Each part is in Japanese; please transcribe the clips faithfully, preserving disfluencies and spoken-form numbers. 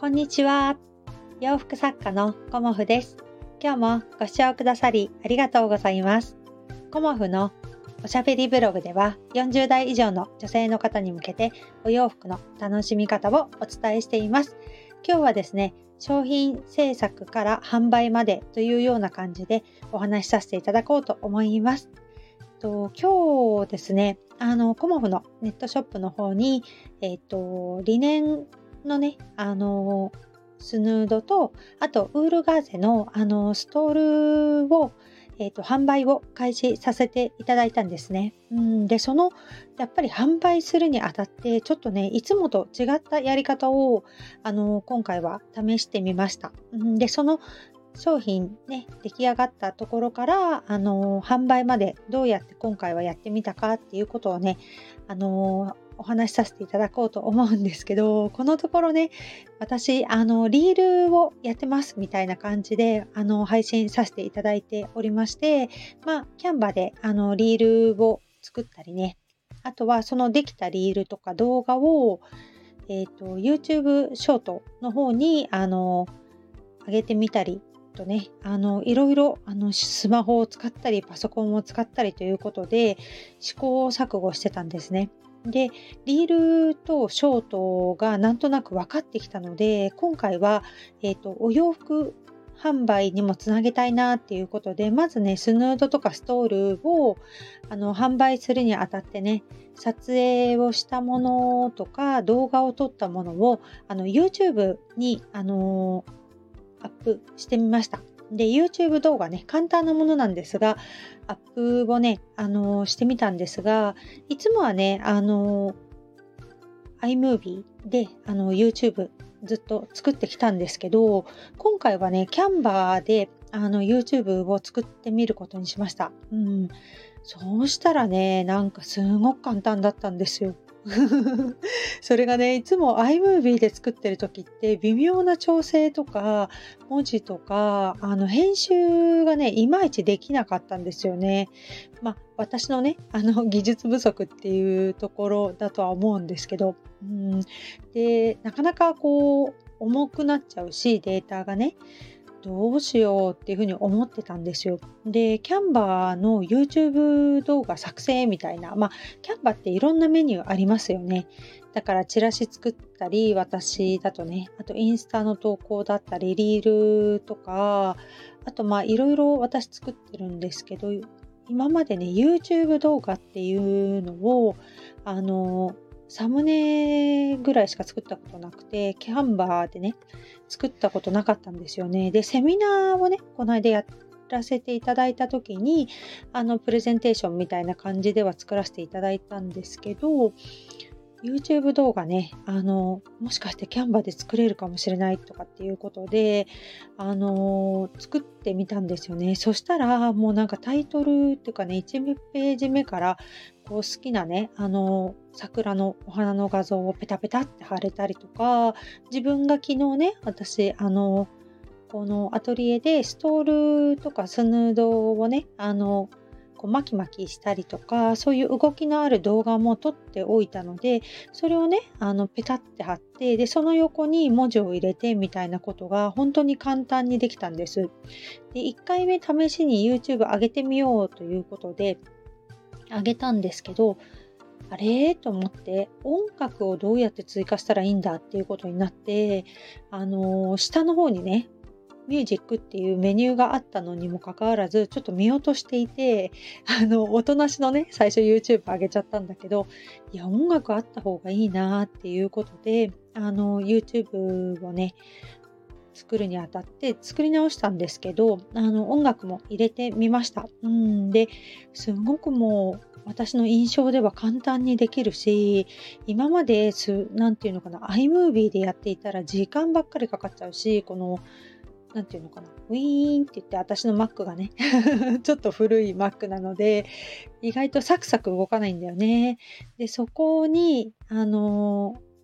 んにちは。洋服作家のコモフです。今日もご視聴くださりありがとうございます。コモフのおしゃべりブログではよんじゅう代以上の女性の方に向けてお洋服の楽しみ方をお伝えしています。今日はですね、商品制作から販売までというような感じでお話しさせていただこうと思います。と今日ですね、あのコモフのネットショップの方に、えっとリネンのね、あのスヌードと、あとウールガーゼのあのストールを、えーと、販売を開始させていただいたんですね。うんで、そのやっぱり販売するにあたって、ちょっとね、いつもと違ったやり方をあの今回は試してみました。うんで、その商品ね、出来上がったところからあの販売までどうやって今回はやってみたかっていうことをね、あのお話しさせていただこうと思うんですけど、このところね、私あのリールをやってますみたいな感じであの配信させていただいておりまして、まあキャンバであのリールを作ったりね、あとはそのできたリールとか動画を、えーと、YouTube ショートの方にあの上げてみたりとね、あのいろいろあのスマホを使ったりパソコンを使ったりということで試行錯誤してたんですね。で、リールとショートがなんとなく分かってきたので、今回は、えーと、お洋服販売にもつなげたいなっていうことで、まずね、スヌードとかストールをあの販売するにあたってね、撮影をしたものとか動画を撮ったものをあの YouTube にあのアップしてみました。で、YouTube 動画ね、簡単なものなんですが、アップをね、あのーしてみたんですが、いつもはね、あのー、iMovie で、あのー、YouTube ずっと作ってきたんですけど、今回はね、Canva で、あの、YouTube を作ってみることにしました。うん。そうしたらね、なんかすごく簡単だったんですよ。それがね、いつも iMovie で作ってる時って微妙な調整とか文字とかあの編集がねいまいちできなかったんですよね。まあ私のねあの技術不足っていうところだとは思うんですけど、うん、でなかなかこう重くなっちゃうしデータがね、どうしようっていうふうに思ってたんですよ。で、キャンバーの YouTube 動画作成みたいな、まあ、キャンバーっていろんなメニューありますよね。だからチラシ作ったり、私だとね、あとインスタの投稿だったり、リールとか、あとまあいろいろ私作ってるんですけど、今までね、YouTube 動画っていうのを、あの、サムネぐらいしか作ったことなくて、キャンバーでね、作ったことなかったんですよね。で、セミナーをね、この間やらせていただいた時に、あの、プレゼンテーションみたいな感じでは作らせていただいたんですけど、YouTube 動画ね、あの、もしかしてキャンバで作れるかもしれないとかっていうことで、あの、作ってみたんですよね。そしたら、もうなんかタイトルっていうかね、いちページ目から、こう好きなね、あの、桜のお花の画像をペタペタって貼れたりとか、自分が昨日ね、私、あの、このアトリエでストールとかスヌードをね、あの、こう巻き巻きしたりとか、そういう動きのある動画も撮っておいたので、それをね、あのペタって貼って、で、その横に文字を入れてみたいなことが本当に簡単にできたんです。で、いっかいめ試しに YouTube 上げてみようということで、上げたんですけど、あれと思って音楽をどうやって追加したらいいんだっていうことになって、あのー下の方にね、ミュージックっていうメニューがあったのにもかかわらず、ちょっと見落としていて、あの、音なしのね、最初 YouTube 上げちゃったんだけど、いや、音楽あった方がいいなっていうことで、あの、YouTube をね、作るにあたって作り直したんですけど、あの、音楽も入れてみました。うん、で、すごくもう、私の印象では簡単にできるし、今まです、なんていうのかな、iMovie でやっていたら時間ばっかりかかっちゃうし、この、なんていうのかな、ウィーンって言って私の Mac がね、ちょっと古い Mac なので、意外とサクサク動かないんだよね。で、そこに、あのー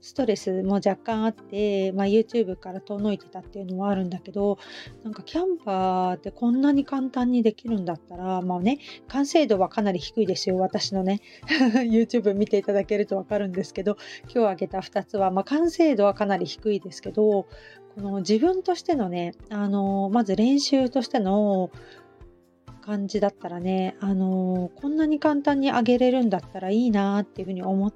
ストレスも若干あって、まあ、YouTube から遠のいてたっていうのはあるんだけど、なんかキャンバーってこんなに簡単にできるんだったら、まあね、完成度はかなり低いですよ、私のね。YouTube 見ていただけるとわかるんですけど、今日挙げたふたつは、まあ、完成度はかなり低いですけど、この自分としてのね、あのまず練習としての感じだったらね、あのこんなに簡単に上げれるんだったらいいなっていうふうに思って、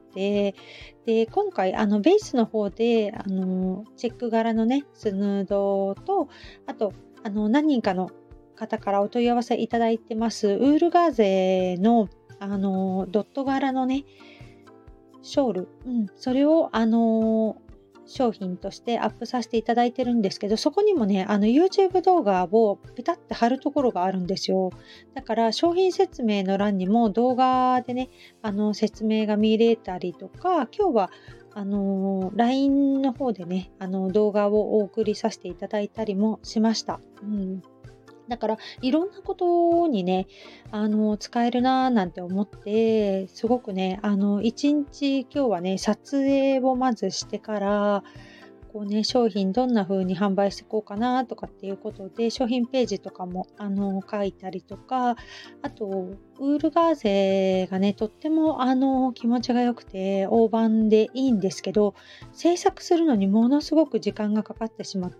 で、今回、あのベースの方で、あのチェック柄のね、スヌードと、あと、あの何人かの方からお問い合わせいただいてます、ウールガーゼの、あのドット柄のね、ショール、うん、それを、あの商品としてアップさせていただいてるんですけど、そこにもね、あの YouTube 動画をペタって貼るところがあるんですよ。だから商品説明の欄にも動画でね、あの説明が見れたりとか、今日はあの ライン の方でね、あの動画をお送りさせていただいたりもしました。うん、だからいろんなことにね、あの使えるなーなんて思って、すごくね、あの一日今日はね、撮影をまずしてから、こうね、商品どんな風に販売していこうかなとかっていうことで、商品ページとかもあの書いたりとか、あとウールガーゼがね、とってもあの気持ちが良くて大判でいいんですけど、制作するのにものすごく時間がかかってしまって、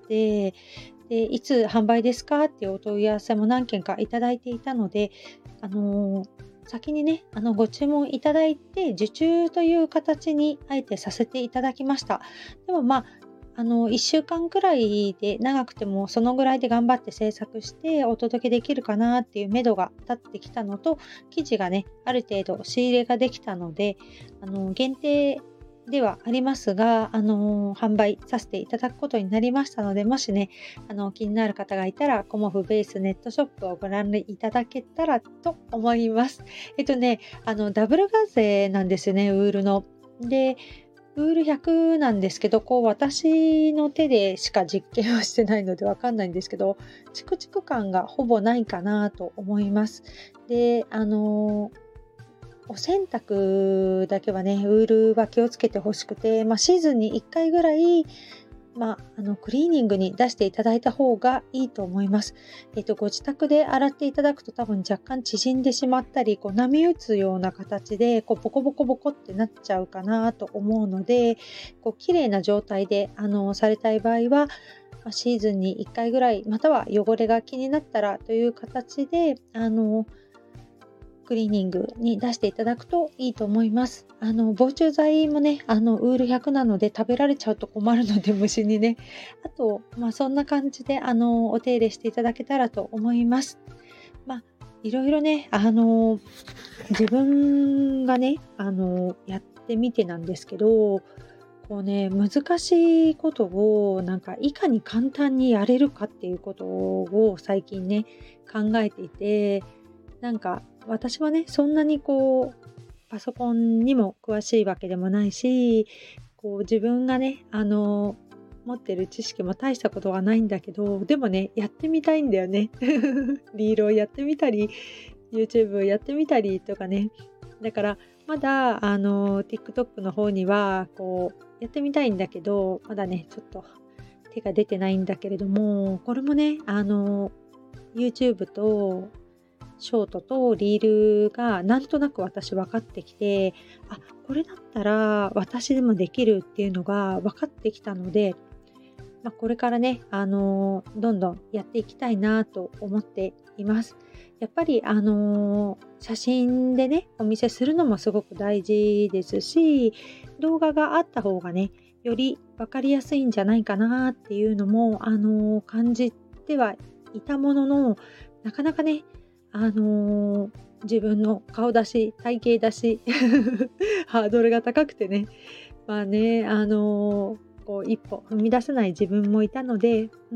で、いつ販売ですかっていうお問い合わせも何件かいただいていたので、あの先にね、あのご注文いただいて受注という形にあえてさせていただきました。でもまあ、あのいっしゅうかんくらいで、長くてもそのぐらいで頑張って制作してお届けできるかなっていう目処が立ってきたのと、生地がね、ある程度仕入れができたので、あの限定ではありますが、あの販売させていただくことになりましたので、もしね、あの気になる方がいたら、コモフベースネットショップをご覧いただけたらと思います。えっとね、あのダブルガーゼなんですよね、ウールの。で、ウールひゃくなんですけど、こう私の手でしか実験をしてないのでわかんないんですけど、チクチク感がほぼないかなと思います。で、あのお洗濯だけはね、ウールは気をつけてほしくて、まあ、シーズンにいっかいぐらい、まあ、あのクリーニングに出していただいた方がいいと思います。えっと、ご自宅で洗っていただくと多分若干縮んでしまったり、こう波打つような形でこうボコボコボコってなっちゃうかなと思うので、こう綺麗な状態であのされたい場合は、まあ、シーズンにいっかいぐらい、または汚れが気になったらという形で、あのクリーニングに出していただくといいと思います。あの防虫剤もね、あのウールひゃくなので食べられちゃうと困るので、虫にね。あと、まあ、そんな感じであのお手入れしていただけたらと思います。まあ、いろいろね、あの自分がね、あのやってみてなんですけど、こうね、難しいことをなんかいかに簡単にやれるかっていうことを最近ね、考えていて、なんか私はね、そんなにこうパソコンにも詳しいわけでもないし、こう自分がね、あの持ってる知識も大したことはないんだけど、でもね、やってみたいんだよね。リールをやってみたり、YouTube をやってみたりとかね。だからまだあの TikTok の方にはこうやってみたいんだけど、まだね、ちょっと手が出てないんだけれども、これもね、あの YouTube とショートとリールがなんとなく私分かってきて、あ、これだったら私でもできるっていうのが分かってきたので、まあ、これからね、あのーどんどんやっていきたいなと思っています。やっぱり、あのー写真でね、お見せするのもすごく大事ですし、動画があった方がね、より分かりやすいんじゃないかなっていうのも、あのー感じてはいたものの、なかなかね、あのー自分の顔出し、体型出し、ハードルが高くてね、まあね、あのーこう一歩踏み出せない自分もいたので、うん、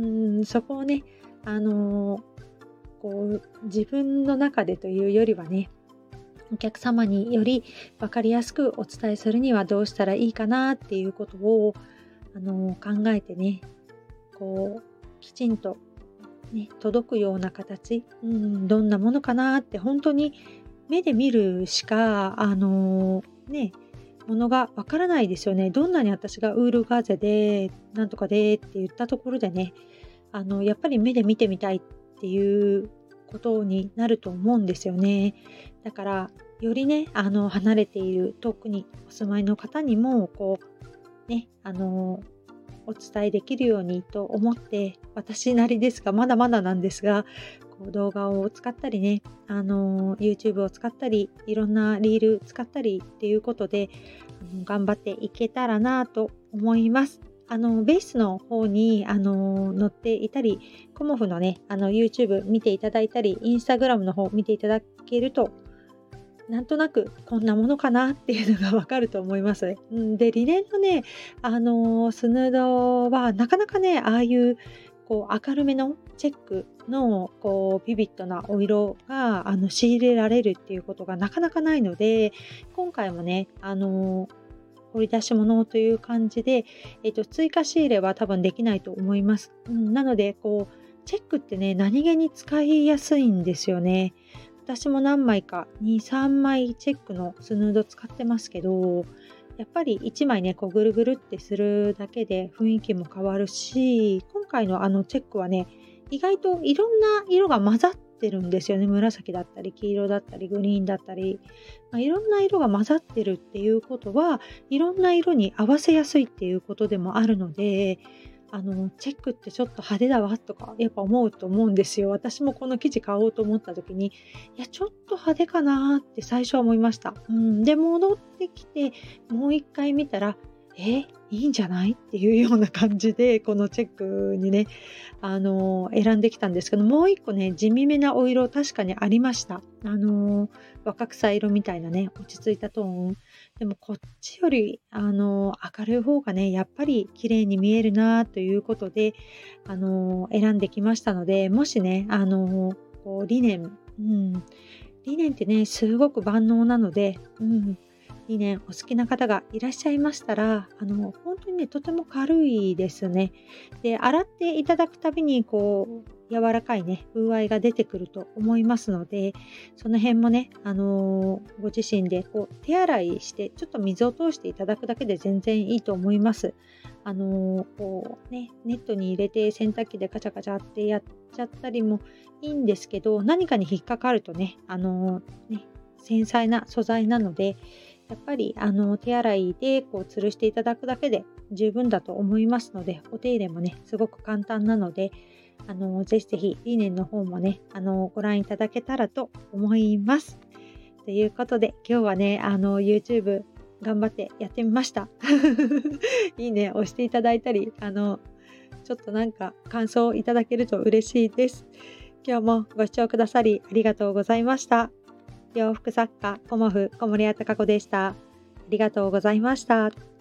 そこをね、あのーこう自分の中でというよりはね、お客様により分かりやすくお伝えするにはどうしたらいいかなっていうことを、あのー考えてね、こうきちんとね、届くような形、うん、どんなものかなって本当に目で見るしか、あのーね、 ものがわからないですよね。どんなに私がウールガーゼでなんとかでって言ったところでね、あのやっぱり目で見てみたいっていうことになると思うんですよね。だからよりね、あの離れている遠くにお住まいの方にもこうね、あのお伝えできるようにと思って、私なりですが、まだまだなんですが、こう動画を使ったりね、あの YouTube を使ったり、いろんなリール使ったりっていうことで、あの頑張っていけたらなと思います。あのベースの方にあの載っていたり、コモフのね、あの YouTube 見ていただいたり、Instagram の方見ていただけると、なんとなくこんなものかなっていうのがわかると思います。うん、で、リネンのね、あのスヌードはなかなかね、ああいうこう明るめのチェックのこうビビッドなお色があの仕入れられるっていうことがなかなかないので、今回もね、あの掘り出し物という感じで、えっと、追加仕入れは多分できないと思います。うん、なので、こう、チェックってね、何気に使いやすいんですよね。私も何枚か、に、さんまいチェックのスヌード使ってますけど、やっぱりいちまいね、こうぐるぐるってするだけで雰囲気も変わるし、今回のあのチェックはね、意外といろんな色が混ざってるんですよね。紫だったり、黄色だったり、グリーンだったり、まあ、いろんな色が混ざってるっていうことは、いろんな色に合わせやすいっていうことでもあるので、あのチェックってちょっと派手だわとかやっぱ思うと思うんですよ。私もこの生地買おうと思った時に、いやちょっと派手かなって最初は思いました。うん、で戻ってきてもう一回見たら、えいいんじゃないっていうような感じでこのチェックにね、あの選んできたんですけど、もう一個ね地味めなお色確かにありました。あの若草色みたいなね落ち着いたトーンでもこっちよりあの明るい方がねやっぱり綺麗に見えるなということであの選んできましたので、もしねあのこうリネン、うん、リネンってねすごく万能なので、うん、リネンお好きな方がいらっしゃいましたら、あの本当にねとても軽いですね。で洗っていただくたびにこう柔らかいね風合いが出てくると思いますので、その辺もね、あのーご自身でこう手洗いしてちょっと水を通していただくだけで全然いいと思います。あのーこうね、ネットに入れて洗濯機でカチャカチャってやっちゃったりもいいんですけど、何かに引っかかるとね、あのーね繊細な素材なので、やっぱりあの手洗いでこう吊るしていただくだけで十分だと思いますので、お手入れもねすごく簡単なので、あのぜひぜひリネンの方もねあのご覧いただけたらと思います。ということで今日はねあの YouTube 頑張ってやってみました。いいね押していただいたり、あのちょっとなんか感想をいただけると嬉しいです。今日もご視聴くださりありがとうございました。洋服作家コモフ小森屋隆子でした。ありがとうございました。